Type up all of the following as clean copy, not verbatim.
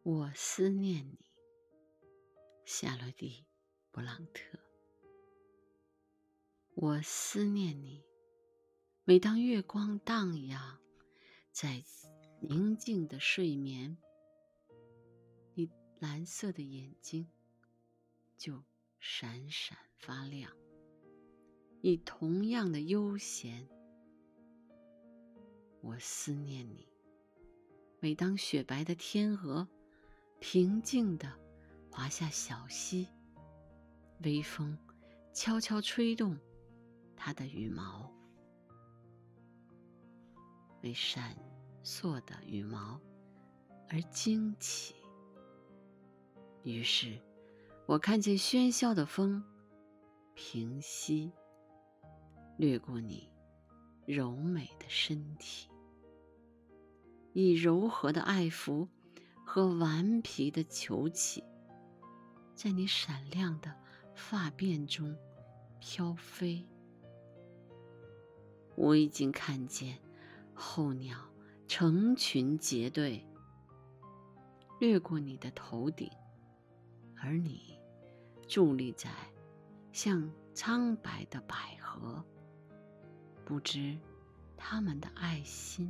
我思念你，夏洛蒂·布朗特。我思念你，每当月光荡漾在宁静的睡眠，你蓝色的眼睛就闪闪发亮，以同样的悠闲。我思念你，每当雪白的天鹅平静地滑下小溪，微风悄悄吹动它的羽毛，为闪烁的羽毛而惊奇。于是我看见喧嚣的风平息，掠过你柔美的身体，以柔和的爱抚和顽皮的求乞，在你闪亮的发辫中飘飞。我已经看见候鸟成群结队掠过你的头顶，而你伫立在像苍白的百合，不知它们的爱心。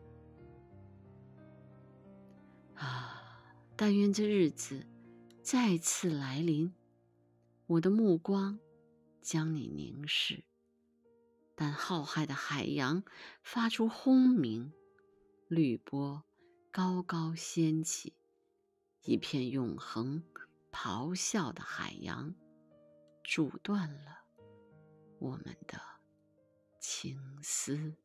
但愿这日子再次来临，我的目光将你凝视，但浩瀚的海洋发出轰鸣，绿波高高掀起，一片永恒咆哮的海洋，阻断了我们的情思。